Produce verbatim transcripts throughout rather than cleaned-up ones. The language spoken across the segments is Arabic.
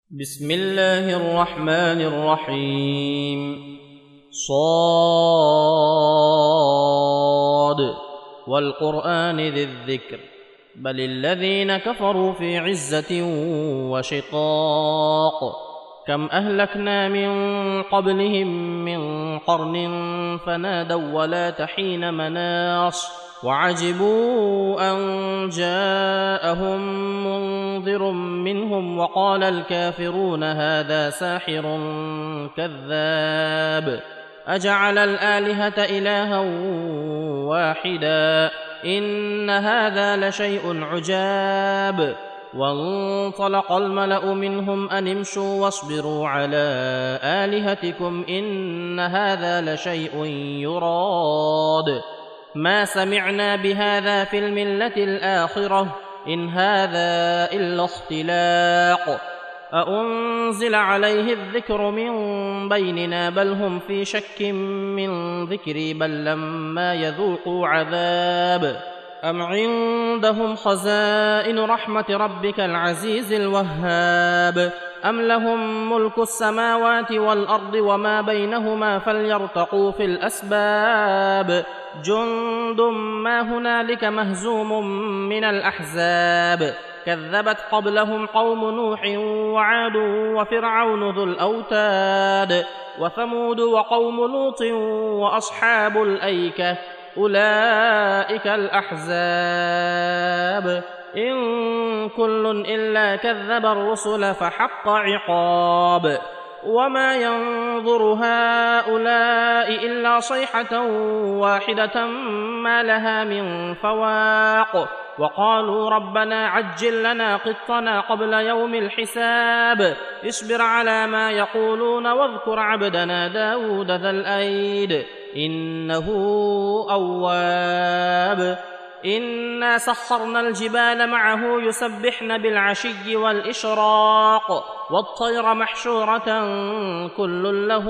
بسم الله الرحمن الرحيم. صاد والقرآن ذي الذكر بل الذين كفروا في عزة وشقاق كم أهلكنا من قبلهم من قرن فنادوا ولا تحين مناص وعجبوا أن جاءهم منذر منهم وقال الكافرون هذا ساحر كذاب أجعل الآلهة إلها واحدا إن هذا لشيء عجاب. وانطلق الملأ منهم أن امشوا واصبروا على آلهتكم إن هذا لشيء يراد ما سمعنا بهذا في الملة الآخرة إن هذا إلا اختلاق أأنزل عليه الذكر من بيننا بل هم في شك من ذكري بل لما يذوقوا عذاب أم عندهم خزائن رحمة ربك العزيز الوهاب أم لهم ملك السماوات والأرض وما بينهما فليرتقوا في الأسباب جند ما هنالك مهزوم من الأحزاب كذبت قبلهم قوم نوح وعاد وفرعون ذو الأوتاد وثمود وقوم لوط وأصحاب الأيكة أولئك الأحزاب إن كل إلا كذب الرسل فحق عقاب وما ينظر هؤلاء إلا صيحة واحدة ما لها من فواق وقالوا ربنا عجل لنا قطنا قبل يوم الحساب اصبر على ما يقولون واذكر عبدنا داود ذا الأيد إنه أواب إنا سخرنا الجبال معه يسبحن بالعشي والإشراق والطير محشورة كل له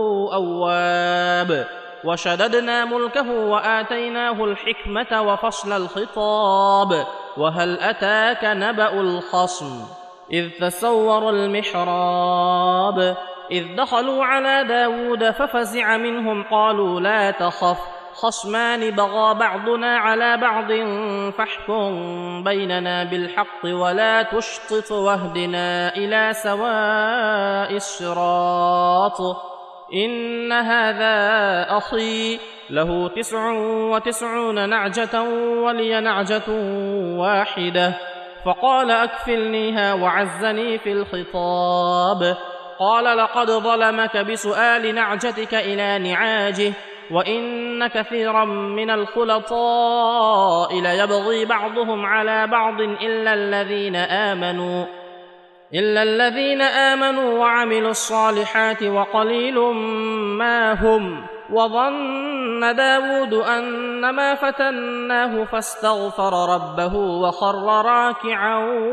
أواب وشددنا ملكه وآتيناه الحكمة وفصل الخطاب وهل أتاك نبأ الخصم إذ تسوروا المحراب إذ دخلوا على داود ففزع منهم قالوا لا تخف خصمان بغى بعضنا على بعض فاحكم بيننا بالحق ولا تشطط واهدنا إلى سواء الصراط إن هذا أخي له تسع وتسعون نعجة ولي نعجة واحدة فقال أكفلنيها وعزني في الخطاب قال لقد ظلمك بسؤال نعجتك إلى نعاجه وإن كثيرا من الخلطاء ليبغي بعضهم على بعض إلا الذين آمنوا إلا الذين آمنوا وعملوا الصالحات وقليل ما هم وظن داود أنما فتناه فاستغفر ربه وخر راكعا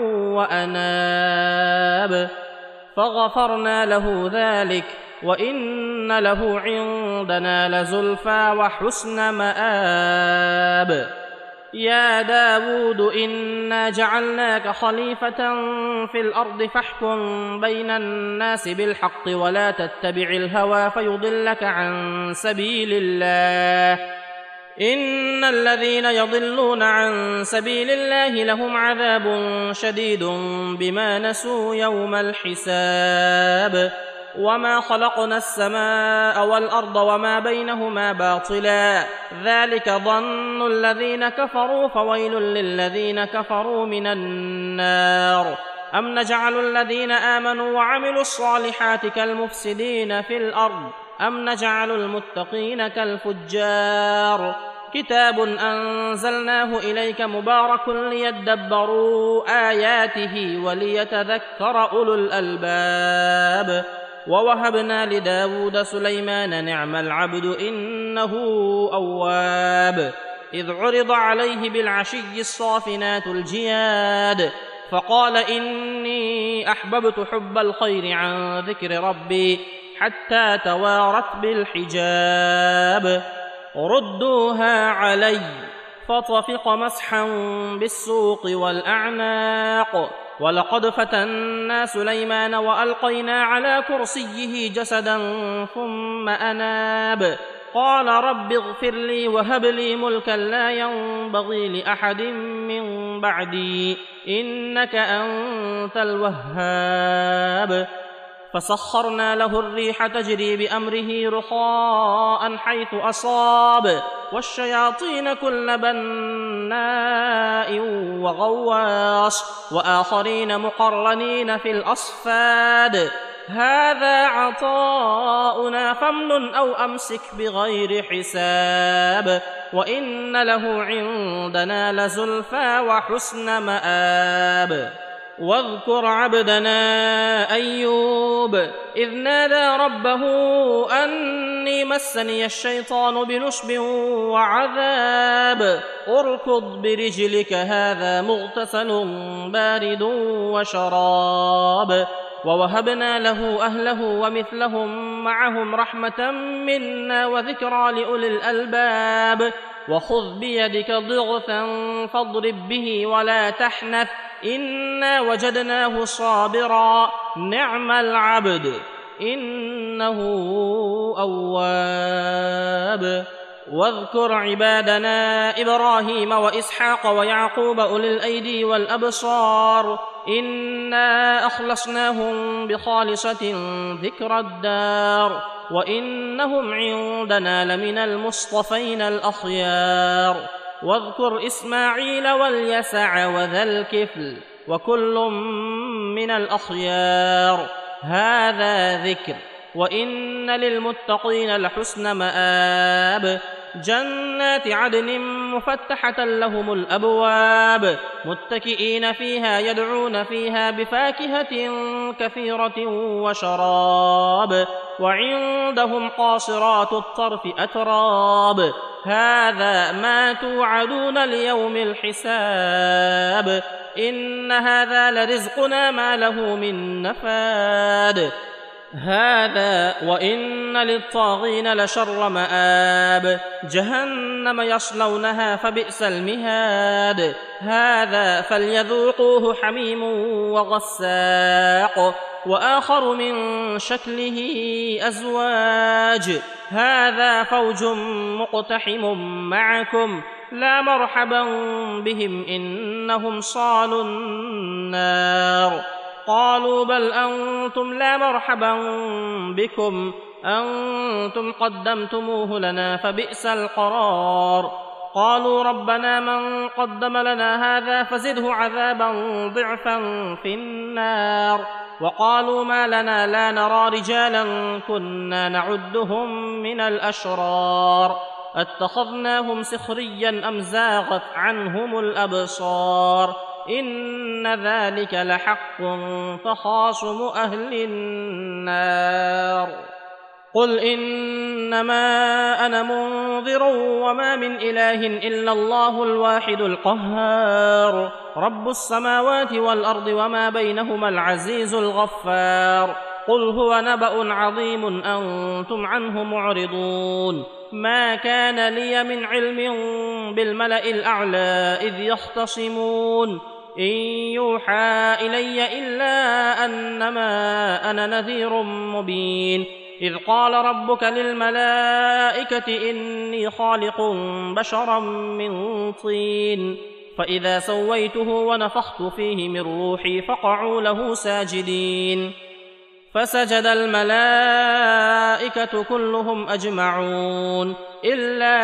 وأناب فغفرنا له ذلك وإن له عندنا لزلفى وحسن مآب يا داود إنا جعلناك خليفة في الأرض فاحكم بين الناس بالحق ولا تتبع الهوى فيضلك عن سبيل الله إن الذين يضلون عن سبيل الله لهم عذاب شديد بما نسوا يوم الحساب وما خلقنا السماء والأرض وما بينهما باطلا ذلك ظن الذين كفروا فويل للذين كفروا من النار أم نجعل الذين آمنوا وعملوا الصالحات كالمفسدين في الأرض أم نجعل المتقين كالفجار كتاب أنزلناه إليك مبارك ليدبروا آياته وليتذكر أولو الألباب ووهبنا لداود سليمان نعم العبد إنه أواب إذ عرض عليه بالعشي الصافنات الجياد فقال إني أحببت حب الخير عن ذكر ربي حتى توارت بالحجاب ردوها علي فطفق مسحا بالسوق والأعناق ولقد فتنا سليمان وألقينا على كرسيه جسدا ثم أناب قال رب اغفر لي وهب لي ملكا لا ينبغي لأحد من بعدي إنك أنت الوهاب فسخرنا له الريح تجري بأمره رخاء حيث أصاب والشياطين كل بناء وغواص وآخرين مقرنين في الأصفاد هذا عطاؤنا فامنن أو أمسك بغير حساب وإن له عندنا لزلفى وحسن مآب واذكر عبدنا أيوب إذ نادى ربه أني مسني الشيطان بنصب وعذاب اركض برجلك هذا مغتسل بارد وشراب ووهبنا له أهله ومثلهم معهم رحمة منا وذكرى لأولي الألباب وخذ بيدك ضغثا فاضرب به ولا تحنث إنا وجدناه صابرا نعم العبد إنه أواب واذكر عبادنا إبراهيم وإسحاق ويعقوب أولي الأيدي والأبصار إنا أخلصناهم بخالصة ذكر الدار وإنهم عندنا لمن المصطفين الأخيار واذكر إسماعيل واليسع وذا الكفل وكل من الأخيار هذا ذكر وإن للمتقين لحسن مآب جنات عدن مفتحة لهم الأبواب متكئين فيها يدعون فيها بفاكهة كثيرة وشراب وعندهم قاصرات الطرف أتراب هذا ما توعدون ليوم الحساب إن هذا لرزقنا ما له من نفاد هذا وإن للطاغين لشر مآب جهنم يصلونها فبئس المهاد هذا فليذوقوه حميم وغساق وآخر من شكله أزواج هذا فوج مقتحم معكم لا مرحبا بهم إنهم صالوا النار قالوا بل أنتم لا مرحبا بكم أنتم قدمتموه لنا فبئس القرار قالوا ربنا من قدم لنا هذا فزده عذابا ضعفا في النار وقالوا ما لنا لا نرى رجالا كنا نعدهم من الأشرار اتخذناهم سخريا أم زاغت عنهم الأبصار إن ذلك لحق تخاصم أهل النار قل إنما أنا منذر وما من إله إلا الله الواحد القهار رب السماوات والأرض وما بينهما العزيز الغفار قل هو نبأ عظيم أنتم عنه معرضون ما كان لي من علم بالملأ الأعلى إذ يختصمون إن يوحى إلي إلا أنما أنا نذير مبين إذ قال ربك للملائكة إني خالق بشرا من طين فإذا سويته ونفخت فيه من روحي فقعوا له ساجدين فسجد الملائكة كلهم أجمعون إلا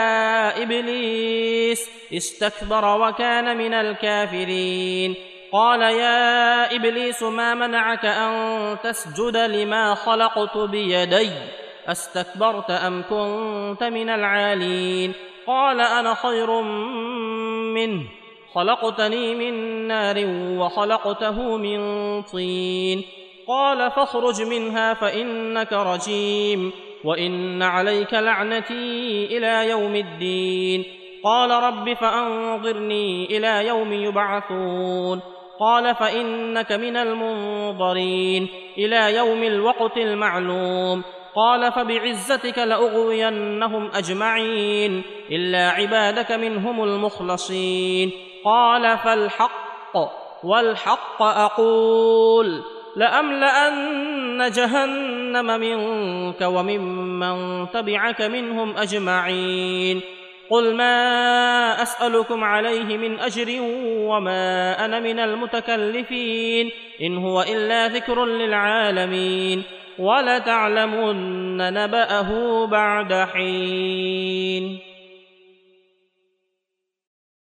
إبليس استكبر وكان من الكافرين قال يا إبليس ما منعك أن تسجد لما خلقت بيدي أستكبرت أم كنت من العالين قال أنا خير منه خلقتني من نار وخلقته من طين قال فاخرج منها فإنك رجيم وإن عليك لعنتي إلى يوم الدين قال رب فأنظرني إلى يوم يبعثون قال فإنك من المنظرين إلى يوم الوقت المعلوم قال فبعزتك لأغوينهم أجمعين إلا عبادك منهم المخلصين قال فالحق والحق أقول لأملأن جهنم منك وممن تبعك منهم أجمعين قل ما أسألكم عليه من أجر وما أنا من المتكلفين إن هو إلا ذكر للعالمين ولتعلمن نبأه بعد حين.